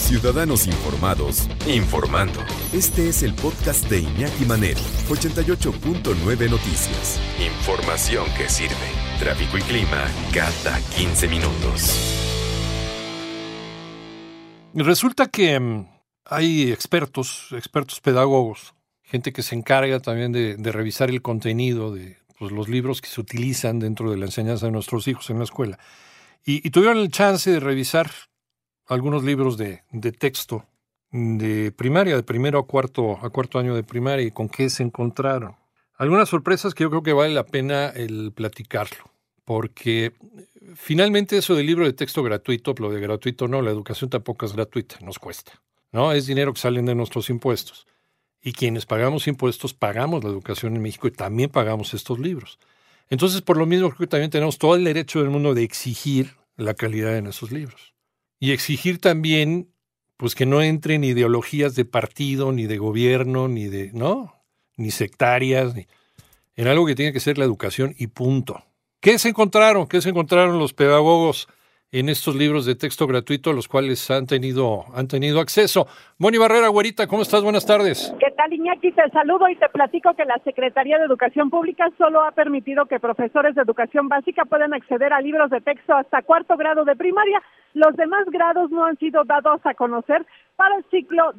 Ciudadanos informados, informando. Este es el podcast de Iñaki Manero, 88.9 Noticias. Información que sirve. Tráfico y clima cada 15 minutos. Resulta que hay expertos pedagogos, gente que se encarga también de revisar el contenido de los libros que se utilizan dentro de la enseñanza de nuestros hijos en la escuela. Y tuvieron el chance de revisar algunos libros de texto de primaria, de primero a cuarto año de primaria, y con qué se encontraron. Algunas sorpresas que yo creo que vale la pena el platicarlo, porque finalmente eso del libro de texto gratuito, lo de gratuito no, la educación tampoco es gratuita, nos cuesta, ¿no? Es dinero que salen de nuestros impuestos. Y quienes pagamos impuestos pagamos la educación en México y también pagamos estos libros. Entonces, por lo mismo, creo que también tenemos todo el derecho del mundo de exigir la calidad de nuestros libros. Y exigir también, pues, que no entren ideologías de partido, ni de gobierno, ni sectarias, en algo que tiene que ser la educación y punto. ¿Qué se encontraron los pedagogos en estos libros de texto gratuito a los cuales han tenido acceso? Moni Barrera, güerita, ¿cómo estás? Buenas tardes. ¿Qué tal, Iñaki? Te saludo y te platico que la Secretaría de Educación Pública solo ha permitido que profesores de educación básica puedan acceder a libros de texto hasta cuarto grado de primaria. Los demás grados no han sido dados a conocer para el ciclo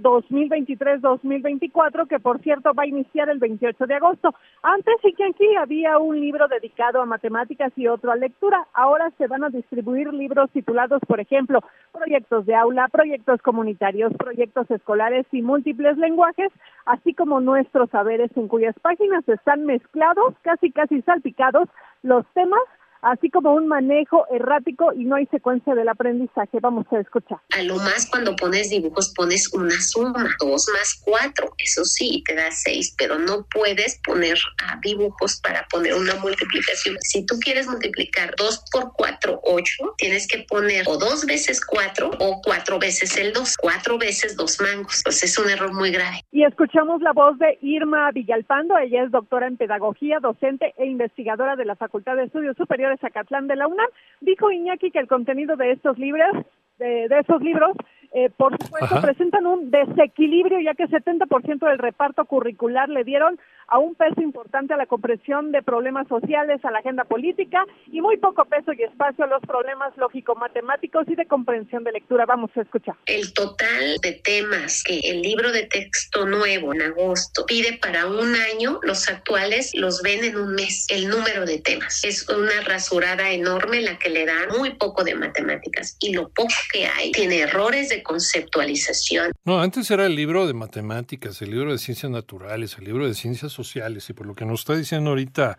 2023-2024, que por cierto va a iniciar el 28 de agosto. Antes sí que aquí había un libro dedicado a matemáticas y otro a lectura. Ahora se van a distribuir libros titulados, por ejemplo, proyectos de aula, proyectos comunitarios, proyectos escolares y múltiples lenguajes, así como nuestros saberes, en cuyas páginas están mezclados, casi salpicados, los temas, así como un manejo errático y no hay secuencia del aprendizaje. Vamos a escuchar. A lo más cuando pones dibujos pones una suma, 2 más 4, eso sí, te da 6, pero no puedes poner dibujos para poner una multiplicación. Si tú quieres multiplicar 2 por 4, 8, tienes que poner o 2 veces 4 o 4 veces el 2, 4 veces 2 mangos. Pues es un error muy grave. Y escuchamos la voz de Irma Villalpando. Ella es doctora en pedagogía, docente e investigadora de la Facultad de Estudios Superiores Zacatlán de la UNAM. Dijo Iñaki que el contenido de estos libros, por supuesto, presentan un desequilibrio, ya que 70% del reparto curricular le dieron a un peso importante a la comprensión de problemas sociales, a la agenda política, y muy poco peso y espacio a los problemas lógico-matemáticos y de comprensión de lectura. Vamos a escuchar. El total de temas que el libro de texto nuevo en agosto pide para un año, los actuales los ven en un mes, el número de temas. Es una rasurada enorme la que le dan, muy poco de matemáticas, y lo poco que hay tiene errores de conceptualización. No, antes era el libro de matemáticas, el libro de ciencias naturales, el libro de ciencias sociales, y por lo que nos está diciendo ahorita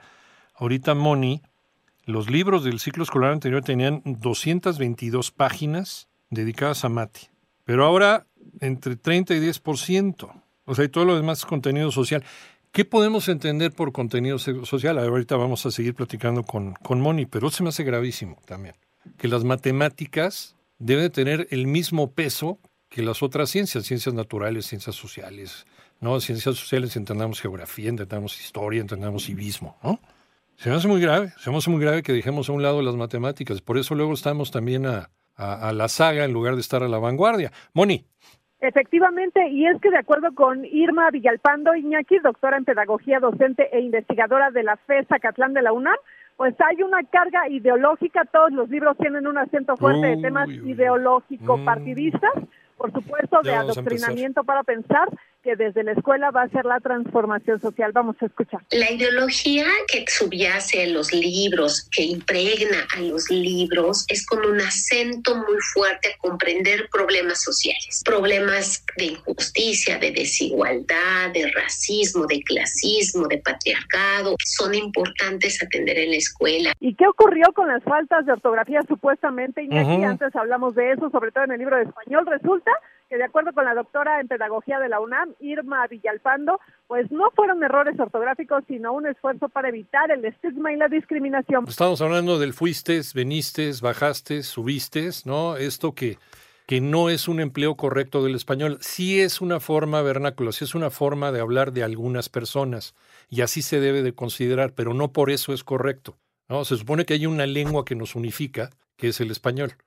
Moni, los libros del ciclo escolar anterior tenían 222 páginas dedicadas a mate, pero ahora entre 30 y 10%, o sea, y todo lo demás es contenido social. ¿Qué podemos entender por contenido social? Ahorita vamos a seguir platicando con Moni, pero se me hace gravísimo también que las matemáticas deben de tener el mismo peso que las otras ciencias naturales, ciencias sociales, ¿no? Ciencias sociales entendamos geografía, entendamos historia, entendamos civismo, ¿no? Se me hace muy grave que dejemos a un lado las matemáticas. Por eso luego estamos también a la saga en lugar de estar a la vanguardia. Moni. Efectivamente, y es que de acuerdo con Irma Villalpando, Iñaki, doctora en pedagogía, docente e investigadora de la FES Zacatlán de la UNAM, pues hay una carga ideológica. Todos los libros tienen un acento fuerte de temas ideológico-partidistas, por supuesto, de adoctrinamiento para pensar que desde la escuela va a ser la transformación social. Vamos a escuchar. La ideología que subyace en los libros, que impregna a los libros, es con un acento muy fuerte a comprender problemas sociales, problemas de injusticia, de desigualdad, de racismo, de clasismo, de patriarcado. Son importantes atender en la escuela. ¿Y qué ocurrió con las faltas de ortografía supuestamente, Iñaki? Antes hablamos de eso, sobre todo en el libro de español. Resulta que de acuerdo con la doctora en pedagogía de la UNAM, Irma Villalpando, pues no fueron errores ortográficos, sino un esfuerzo para evitar el estigma y la discriminación. Estamos hablando del fuistes, venistes, bajastes, subistes, ¿no? Esto que no es un empleo correcto del español. Sí es una forma vernácula, sí es una forma de hablar de algunas personas, y así se debe de considerar, pero no por eso es correcto, ¿no? Se supone que hay una lengua que nos unifica, que es el español.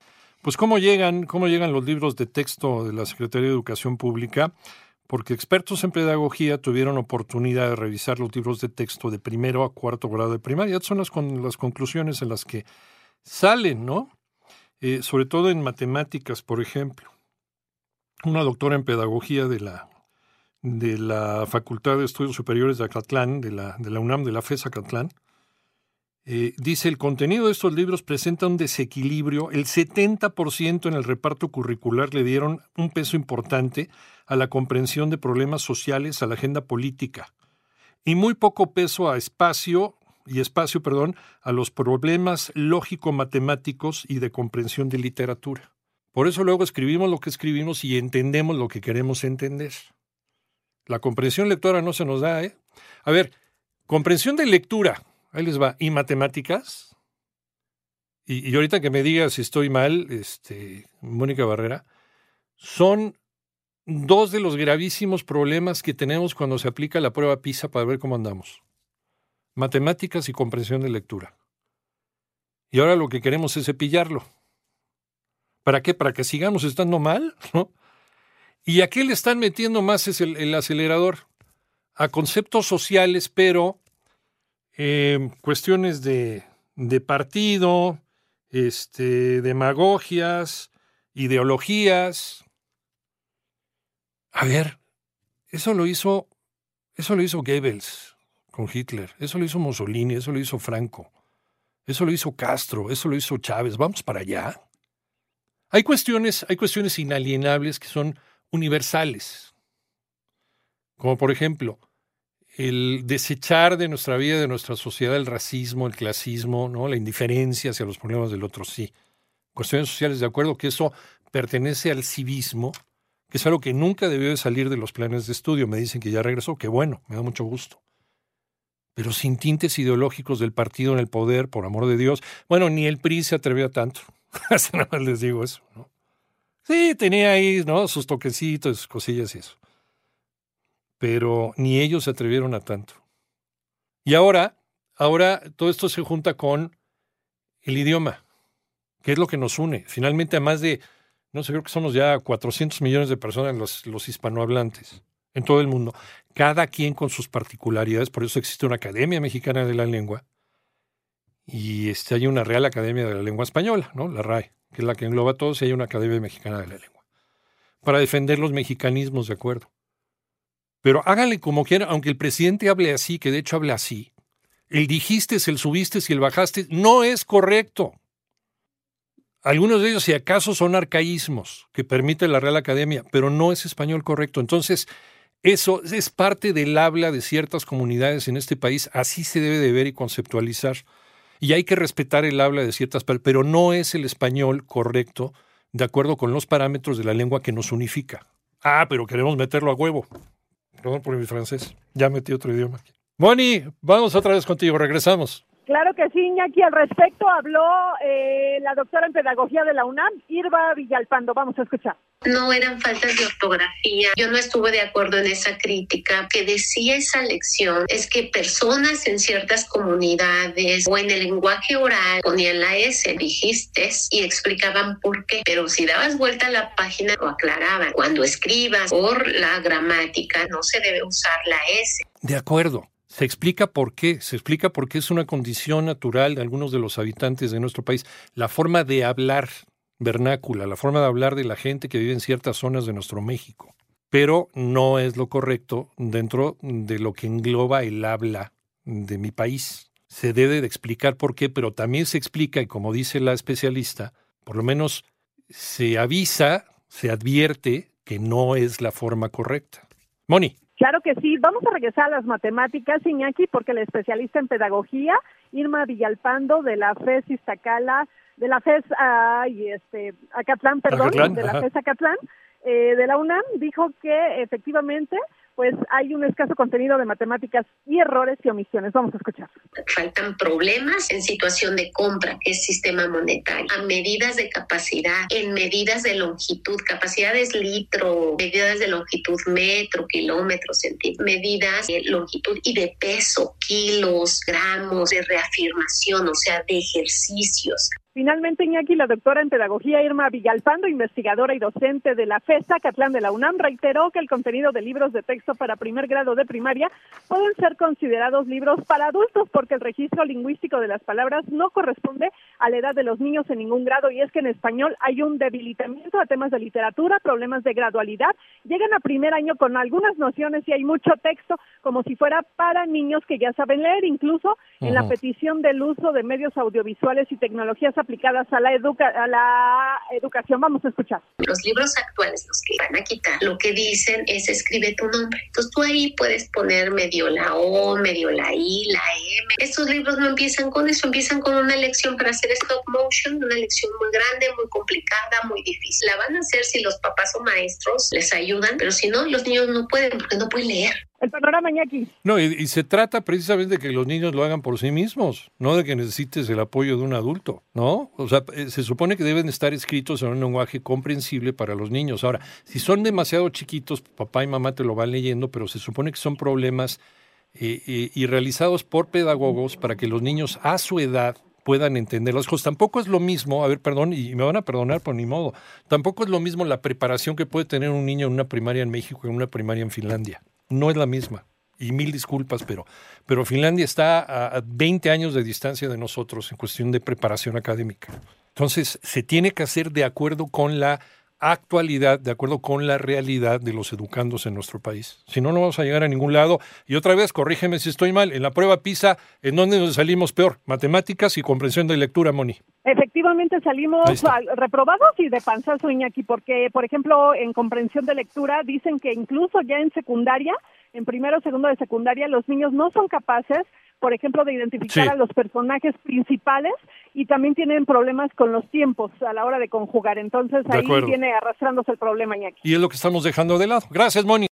Pues ¿cómo llegan los libros de texto de la Secretaría de Educación Pública? Porque expertos en pedagogía tuvieron oportunidad de revisar los libros de texto de primero a cuarto grado de primaria. Estas son las conclusiones en las que salen, ¿no? Sobre todo en matemáticas, por ejemplo. Una doctora en pedagogía de la Facultad de Estudios Superiores de Acatlán, de la UNAM, de la FES Acatlán, dice, el contenido de estos libros presenta un desequilibrio. El 70% en el reparto curricular le dieron un peso importante a la comprensión de problemas sociales, a la agenda política, y muy poco peso a espacio a los problemas lógico-matemáticos y de comprensión de literatura. Por eso luego escribimos lo que escribimos y entendemos lo que queremos entender. La comprensión lectora no se nos da, ¿eh? A ver, comprensión de lectura, ahí les va, y matemáticas, y ahorita que me diga si estoy mal, Mónica Barrera, son dos de los gravísimos problemas que tenemos cuando se aplica la prueba PISA para ver cómo andamos. Matemáticas y comprensión de lectura. Y ahora lo que queremos es cepillarlo. ¿Para qué? ¿Para que sigamos estando mal? ¿No? ¿Y a qué le están metiendo más es el acelerador? A conceptos sociales, pero cuestiones de partido, demagogias, ideologías. A ver, eso lo hizo Goebbels con Hitler, eso lo hizo Mussolini, eso lo hizo Franco, eso lo hizo Castro, eso lo hizo Chávez. Vamos para allá. Hay cuestiones inalienables que son universales, como por ejemplo el desechar de nuestra vida, de nuestra sociedad, el racismo, el clasismo, ¿no? La indiferencia hacia los problemas del otro, sí. Cuestiones sociales, de acuerdo que eso pertenece al civismo, que es algo que nunca debió de salir de los planes de estudio. Me dicen que ya regresó, que bueno, me da mucho gusto. Pero sin tintes ideológicos del partido en el poder, por amor de Dios. Bueno, ni el PRI se atrevió a tanto. Hasta nada más les digo eso, ¿no? Sí, tenía ahí, ¿no?, sus toquecitos, cosillas y eso. Pero ni ellos se atrevieron a tanto. Y ahora todo esto se junta con el idioma, que es lo que nos une. Finalmente a más de, no sé, creo que somos ya 400 millones de personas los hispanohablantes en todo el mundo, cada quien con sus particularidades. Por eso existe una Academia Mexicana de la Lengua y hay una Real Academia de la Lengua Española, ¿no?, la RAE, que es la que engloba a todos, y hay una Academia Mexicana de la Lengua, para defender los mexicanismos, de acuerdo. Pero háganle como quieran, aunque el presidente hable así, que de hecho habla así, el dijiste, el subiste y el bajaste, no es correcto. Algunos de ellos, si acaso, son arcaísmos que permite la Real Academia, pero no es español correcto. Entonces, eso es parte del habla de ciertas comunidades en este país, así se debe de ver y conceptualizar. Y hay que respetar el habla de ciertas, pero no es el español correcto de acuerdo con los parámetros de la lengua que nos unifica. Ah, pero queremos meterlo a huevo. Perdón por mi francés, ya metí otro idioma aquí. Moni, vamos otra vez contigo, regresamos. Claro que sí, Iñaki. Al respecto habló la doctora en pedagogía de la UNAM, Irma Villalpando. Vamos a escuchar. No eran faltas de ortografía. Yo no estuve de acuerdo en esa crítica. Que decía esa lección es que personas en ciertas comunidades o en el lenguaje oral ponían la S, dijiste, y explicaban por qué. Pero si dabas vuelta a la página, lo aclaraban. Cuando escribas por la gramática, no se debe usar la S. De acuerdo. Se explica por qué es una condición natural de algunos de los habitantes de nuestro país. La forma de hablar vernácula, la forma de hablar de la gente que vive en ciertas zonas de nuestro México. Pero no es lo correcto dentro de lo que engloba el habla de mi país. Se debe de explicar por qué, pero también se explica, y como dice la especialista, por lo menos se avisa, se advierte que no es la forma correcta. Moni. Claro que sí. Vamos a regresar a las matemáticas, Iñaki, porque la especialista en pedagogía, Irma Villalpando, de la FES Iztacala, de la FES Acatlán, de la FES Acatlán, de la UNAM, dijo que efectivamente pues hay un escaso contenido de matemáticas y errores y omisiones. Vamos a escuchar. Faltan problemas en situación de compra, que es sistema monetario, a medidas de capacidad, en medidas de longitud, capacidades litro, medidas de longitud metro, kilómetro, centímetro, medidas de longitud y de peso, kilos, gramos, de reafirmación, o sea, de ejercicios. Finalmente, Iñaki, la doctora en Pedagogía Irma Villalpando, investigadora y docente de la FESA Catlán de la UNAM, reiteró que el contenido de libros de texto para primer grado de primaria pueden ser considerados libros para adultos porque el registro lingüístico de las palabras no corresponde a la edad de los niños en ningún grado, y es que en español hay un debilitamiento a temas de literatura, problemas de gradualidad, llegan a primer año con algunas nociones y hay mucho texto como si fuera para niños que ya saben leer, incluso en la petición del uso de medios audiovisuales y tecnologías aplicadas a la educación. Vamos a escuchar. Los libros actuales, los que van a quitar, lo que dicen es escribe tu nombre. Entonces tú ahí puedes poner medio la O, medio la I, la M. Estos libros no empiezan con eso, empiezan con una lección para hacer stop motion, una lección muy grande, muy complicada, muy difícil. La van a hacer si los papás o maestros les ayudan, pero si no, los niños no pueden porque no pueden leer. El panorama, Iñaki. No, y se trata precisamente de que los niños lo hagan por sí mismos, no de que necesites el apoyo de un adulto, ¿no? O sea, se supone que deben estar escritos en un lenguaje comprensible para los niños. Ahora, si son demasiado chiquitos, papá y mamá te lo van leyendo, pero se supone que son problemas y realizados por pedagogos para que los niños a su edad puedan entender las cosas. Tampoco es lo mismo, a ver, perdón, y me van a perdonar por ni modo, tampoco es lo mismo la preparación que puede tener un niño en una primaria en México que en una primaria en Finlandia. No es la misma. Y mil disculpas, pero Finlandia está a 20 años de distancia de nosotros en cuestión de preparación académica. Entonces, se tiene que hacer de acuerdo con la actualidad, de acuerdo con la realidad de los educandos en nuestro país. Si no, no vamos a llegar a ningún lado. Y otra vez, corrígeme si estoy mal, en la prueba PISA, ¿en dónde nos salimos peor? Matemáticas y comprensión de lectura, Moni. Efectivamente salimos reprobados y de panzazo, Iñaki, porque, por ejemplo, en comprensión de lectura dicen que incluso ya en secundaria, en primero o segundo de secundaria, los niños no son capaces, por ejemplo, de identificar a los personajes principales y también tienen problemas con los tiempos a la hora de conjugar. Entonces ahí viene arrastrándose el problema, Iñaki. Y es lo que estamos dejando de lado. Gracias, Moni.